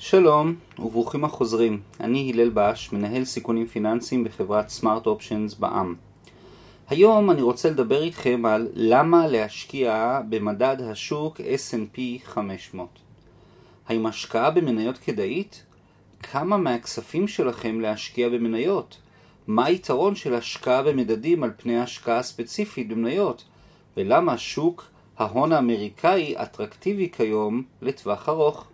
שלום וברוכים החוזרים, אני הלל בש, מנהל סיכונים פיננסיים בחברת סמארט אופשנס בע"מ. היום אני רוצה לדבר איתכם על למה להשקיע במדד השוק S&P 500. האם השקעה במניות כדאית? כמה מהכספים שלכם להשקיע במניות? מה היתרון של השקעה במדדים על פני השקעה ספציפית במניות? ולמה שוק ההון האמריקאי אטרקטיבי כיום לטווח ארוך?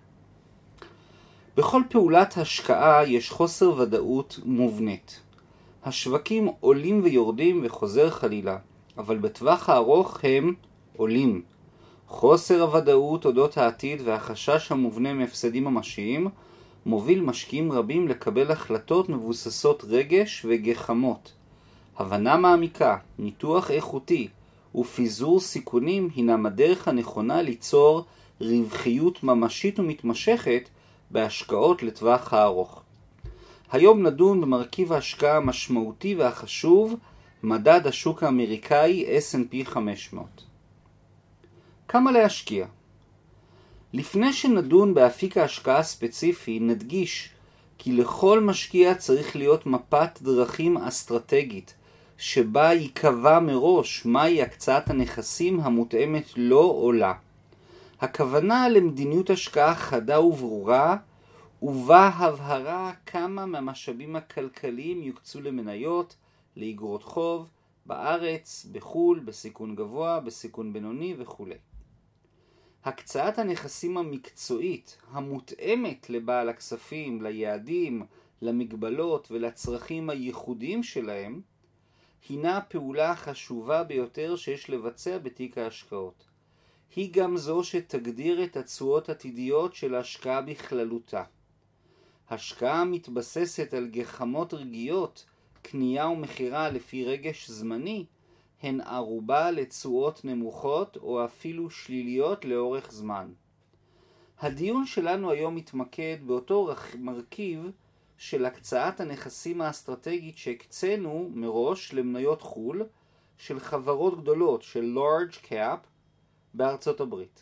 בכל פעולת השקעה יש חוסר ודאות מובנית. השווקים עולים ויורדים וחוזר חלילה, אבל בטווח הארוך הם עולים. חוסר הוודאות אודות העתיד והחשש המובנה מהפסדים ממשיים מוביל משקיעים רבים לקבל החלטות מבוססות רגש וגחמות. הבנה מעמיקה, ניתוח איכותי ופיזור סיכונים הינם הדרך הנכונה ליצור רווחיות ממשית ומתמשכת בהשקעות לטווח הארוך. היום נדון במרכיב ההשקעה המשמעותי והחשוב, מדד השוק האמריקאי S&P 500. כמה להשקיע? לפני שנדון באפיק ההשקעה הספציפי, נדגיש כי לכל משקיע צריך להיות מפת דרכים אסטרטגית, שבה ייקבע מראש מהי הקצאת הנכסים המותאמת לו או לה. הכוונה למדיניות השקעה חדה וברורה, ובה הבהרה כמה מהמשאבים הכלכליים יוקצו למניות, לאגרות חוב, בארץ, בחול, בסיכון גבוה, בסיכון בינוני וכו'. הקצאת הנכסים המקצועית המותאמת לבעל הכספים, ליעדים, למגבלות ולצרכים הייחודיים שלהם, הינה הפעולה החשובה ביותר שיש לבצע בתיק ההשקעות. היא גם זו שתגדיר את התשואות עתידיות של ההשקעה בכללותה. השקעה מתבססת על גחמות רגעיות, קנייה ומכירה לפי רגש זמני, הן ערובה לתשואות נמוכות או אפילו שליליות לאורך זמן. הדיון שלנו היום מתמקד באותו מרכיב של הקצאת הנכסים האסטרטגית שהקצנו מראש למניות חול של חברות גדולות של large cap בארצות הברית.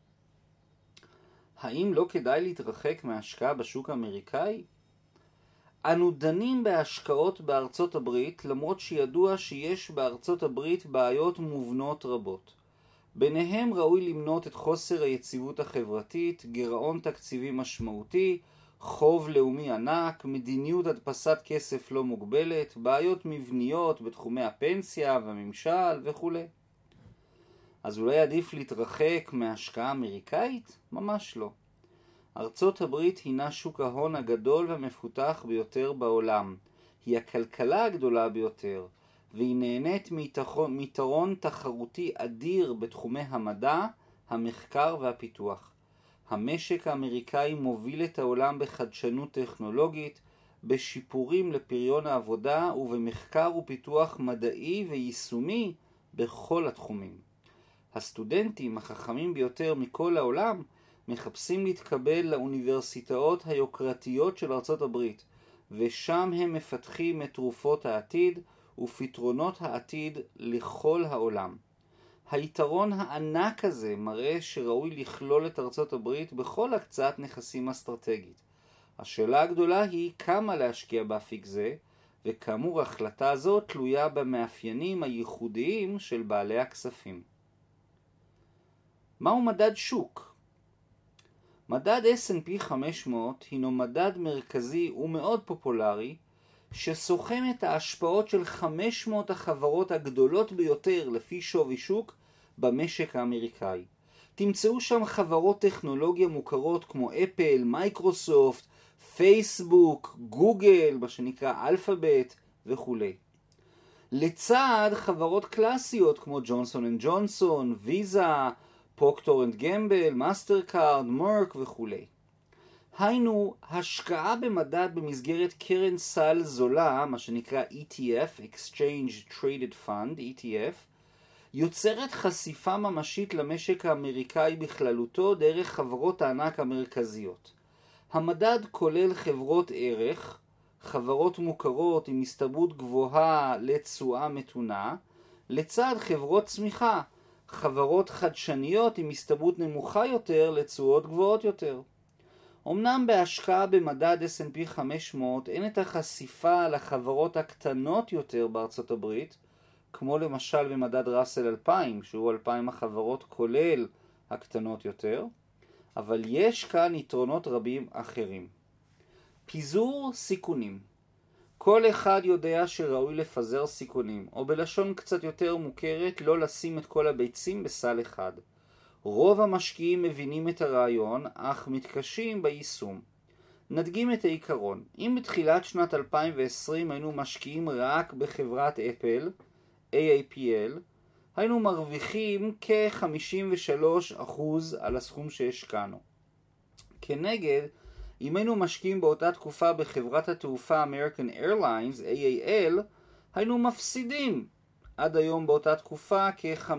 האם לא כדאי להתרחק מההשקעה בשוק האמריקאי? אנו דנים בהשקעות בארצות הברית למרות שידוע שיש בארצות הברית בעיות מובנות רבות. ביניהם ראוי למנות את חוסר היציבות החברתית, גירעון תקציבי משמעותי, חוב לאומי ענק, מדיניות הדפסת כסף לא מוגבלת, בעיות מבניות בתחומי הפנסיה והממשל וכו'. אז אולי עדיף להתרחק מההשקעה האמריקאית? ממש לא. ארצות הברית הינה שוק ההון הגדול והמפותח ביותר בעולם. היא הכלכלה הגדולה ביותר, והיא נהנית מיתרון תחרותי אדיר בתחומי המדע, המחקר והפיתוח. המשק האמריקאי מוביל את העולם בחדשנות טכנולוגית, בשיפורים לפריון העבודה ובמחקר ופיתוח מדעי ויישומי בכל התחומים. הסטודנטים החכמים ביותר מכל העולם מחפשים להתקבל לאוניברסיטאות היוקרתיות של ארצות הברית, ושם הם מפתחים את תרופות העתיד ופתרונות העתיד לכל העולם. היתרון הענק הזה מראה שראוי לכלול את ארצות הברית בכל הקצאת נכסים אסטרטגית. השאלה הגדולה היא כמה להשקיע באפיק זה, וכאמור ההחלטה הזאת תלויה במאפיינים הייחודיים של בעלי הכספים. מהו מדד שוק? מדד S&P 500 הינו מדד מרכזי ומאוד פופולרי שסוכם את ההשפעות של 500 החברות הגדולות ביותר לפי שווי שוק במשק האמריקאי. תמצאו שם חברות טכנולוגיה מוכרות כמו אפל, מייקרוסופט, פייסבוק, גוגל, מה שנקרא אלפאבית וכו'. לצד חברות קלאסיות כמו ג'ונסון אנד ג'ונסון, ויזה, פרוקטור אנד גמבל, מאסטרקארד, מרק וכו'. היינו, השקעה במדד במסגרת קרן סל זולה, מה שנקרא ETF, Exchange Traded Fund, ETF, יוצרת חשיפה ממשית למשק האמריקאי בכללותו דרך חברות הענק המרכזיות. המדד כולל חברות ערך, חברות מוכרות עם הסתברות גבוהה לתשואה מתונה, לצד חברות צמיחה, חברות חדשניות עם הסתברות נמוכה יותר לתשואות גבוהות יותר. אמנם בהשקעה במדד S&P 500 אין את החשיפה לחברות הקטנות יותר בארצות הברית, כמו למשל במדד ראסל 2000, שהוא 2000 החברות כולל הקטנות יותר, אבל יש כאן יתרונות רבים אחרים. פיזור סיכונים. כל אחד יודע שראוי לפזר סיכונים, או בלשון קצת יותר מוכרת, לא לשים את כל הביצים בסל אחד. רוב המשקיעים מבינים את הרעיון, אך מתקשים ביישום. נדגים את העיקרון. אם בתחילת שנת 2020 היינו משקיעים רק בחברת אפל, AAPL, היינו מרוויחים כ-53% על הסכום שהשקענו. כנגד, אם היינו משקיעים באותה תקופה בחברת התעופה American Airlines, AAL, היינו מפסידים עד היום באותה תקופה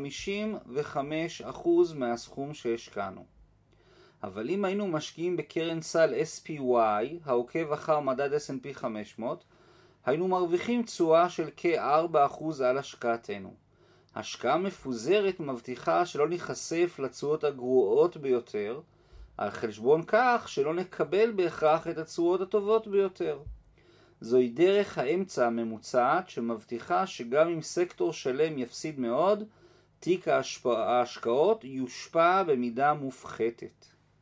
כ-55% מהסכום שהשקענו. אבל אם היינו משקיעים בקרן סל SPY, העוקב אחר מדד S&P 500, היינו מרוויחים תשואה של כ-4% על השקעתנו. השקעה מפוזרת מבטיחה שלא ניחשף לתשואות הגרועות ביותר, על חשבון כך שלא נקבל בהכרח את התשואות הטובות ביותר. זוהי דרך האמצע הממוצעת שמבטיחה שגם אם סקטור שלם יפסיד מאוד, תיק ההשקעות יושפע במידה מופחתת.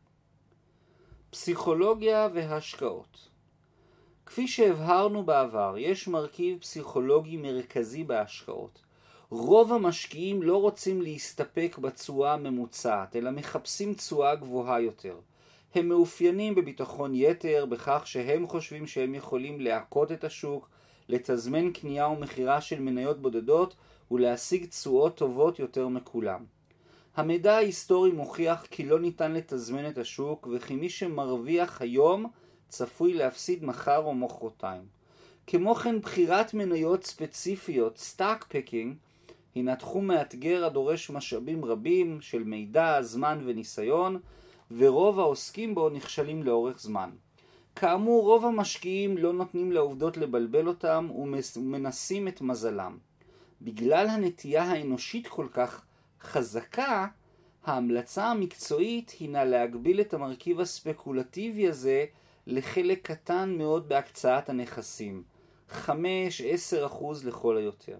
פסיכולוגיה והשקעות. כפי שהבהרנו בעבר, יש מרכיב פסיכולוגי מרכזי בהשקעות. רוב המשקיעים לא רוצים להסתפק בתשואה הממוצעת, אלא מחפשים תשואה גבוהה יותר. הם מאופיינים בביטחון יתר, בכך שהם חושבים שהם יכולים להכות את השוק, לתזמן קנייה ומחירה של מניות בודדות ולהשיג תשואות טובות יותר מכולם. המידע ההיסטורי מוכיח כי לא ניתן לתזמן את השוק, וכי מי שמרוויח היום צפוי להפסיד מחר או מחרתיים. כמו כן, בחירת מניות ספציפיות, סטאק פיקינג, הינה תחום מאתגר הדורש משאבים רבים של מידע, זמן וניסיון, ורוב העוסקים בו נכשלים לאורך זמן. כאמור, רוב המשקיעים לא נותנים לעובדות לבלבל אותם ומנסים את מזלם. בגלל הנטייה האנושית כל כך חזקה, ההמלצה המקצועית הינה להגביל את המרכיב הספקולטיבי הזה לחלק קטן מאוד בהקצאת הנכסים, 5-10% לכל היותר.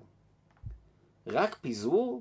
רק פיזור?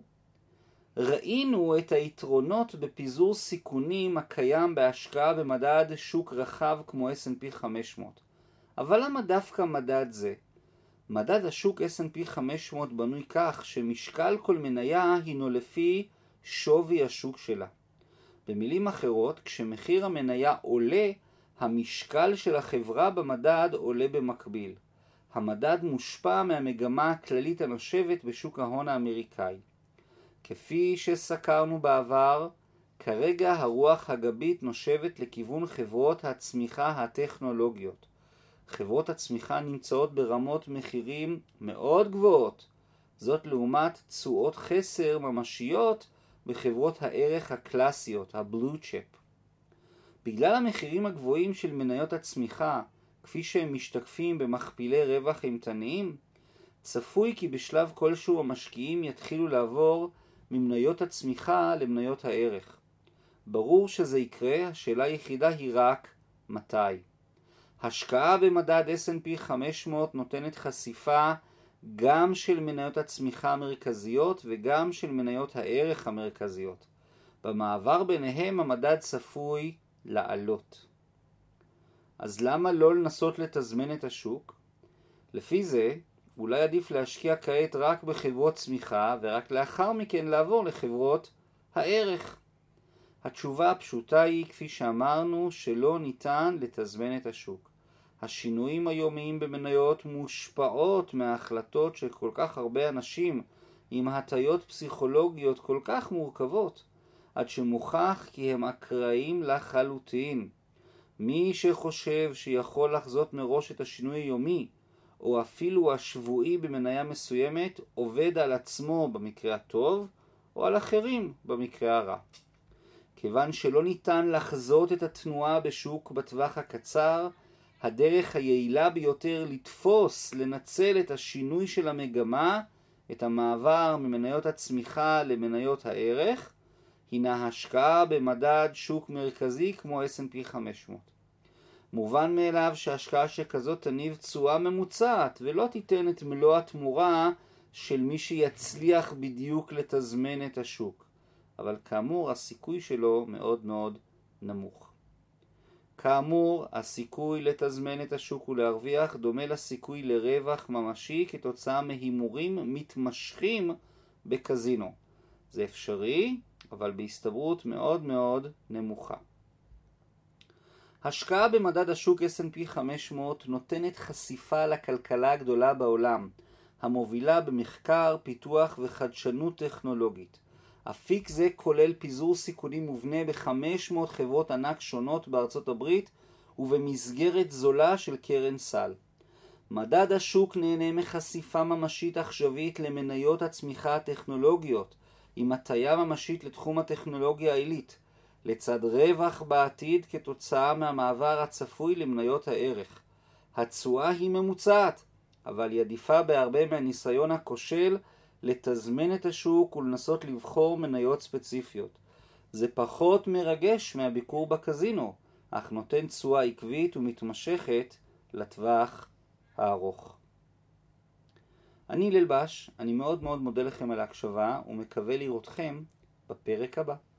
ראינו את היתרונות בפיזור סיכונים הקיים בהשקעה במדד שוק רחב כמו S&P 500. אבל למה דווקא מדד זה? מדד השוק S&P 500 בנוי כך שמשקל כל מניה הינו לפי שווי השוק שלה. במילים אחרות, כשמחיר המניה עולה, המשקל של החברה במדד עולה במקביל. המדד מושפע מהמגמה הכללית הנושבת בשוק ההון האמריקאי. כפי שסקרנו בעבר, כרגע הרוח הגבית נושבת לכיוון חברות הצמיחה הטכנולוגיות. חברות הצמיחה נמצאות ברמות מחירים מאוד גבוהות, זאת לעומת תשואות חסר ממשיות בחברות הערך הקלאסיות, הבלו צ'יפ. בגלל המחירים הגבוהים של מניות הצמיחה, כפי שהם משתקפים במכפילי רווח אימתניים, צפוי כי בשלב כלשהו המשקיעים יתחילו לעבור ממניות הצמיחה למניות הערך. ברור שזה יקרה, השאלה היחידה היא רק מתי. השקעה במדד S&P 500 נותנת חשיפה גם של מניות הצמיחה המרכזיות וגם של מניות הערך המרכזיות. במעבר ביניהם המדד צפוי לעלות. אז למה לא לנסות לתזמן את השוק? לפי זה, אולי עדיף להשקיע כעת רק בחברות צמיחה ורק לאחר מכן לעבור לחברות הערך. התשובה הפשוטה היא, כפי שאמרנו, שלא ניתן לתזמן את השוק. השינויים היומיים במניות מושפעות מההחלטות של כל כך הרבה אנשים עם הטיות פסיכולוגיות כל כך מורכבות, עד שמוכח כי הם אקראיים לחלוטין. מי שחושב שיכול לחזות מראש את השינוי היומי, או אפילו השבועי במניה מסוימת, עובד על עצמו במקרה הטוב, או על אחרים במקרה הרע. כיוון שלא ניתן לחזות את התנועה בשוק בטווח הקצר, הדרך היעילה ביותר לתפוס, לנצל את השינוי של המגמה, את המעבר ממניות הצמיחה למניות הערך, הינה השקעה במדד שוק מרכזי כמו S&P 500. מובן מאליו שהשקעה שכזאת תניב תשואה ממוצעת, ולא תיתן את מלוא התמורה של מי שיצליח בדיוק לתזמן את השוק. אבל כאמור, הסיכוי שלו מאוד מאוד נמוך. כאמור, הסיכוי לתזמן את השוק ולהרוויח דומה לסיכוי לרווח ממשי כתוצאה מהימורים מתמשכים בקזינו. זה אפשרי, אבל בהסתברות מאוד מאוד נמוכה. השקעה במדד השוק S&P 500 נותנת חשיפה לכלכלה הגדולה בעולם, המובילה במחקר, פיתוח וחדשנות טכנולוגית. אפיק זה כולל פיזור סיכונים מובנה ב-500 חברות ענק שונות בארצות הברית ובמסגרת זולה של קרן סל. מדד השוק נהנה מחשיפה ממשית עכשווית למניות הצמיחה הטכנולוגיות, עם הטיה ממשית לתחום הטכנולוגיה העילית, לצד רווח בעתיד כתוצאה מהמעבר הצפוי למניות הערך. התשואה היא ממוצעת, אבל היא עדיפה בהרבה מהניסיון הכושל לתזמן את השוק ולנסות לבחור מניות ספציפיות. זה פחות מרגש מהביקור בקזינו, אך נותן תשואה עקבית ומתמשכת לטווח הארוך. אני הלל בש, אני מאוד מאוד מודה לכם על ההקשבה ומקווה לראותכם בפרק הבא.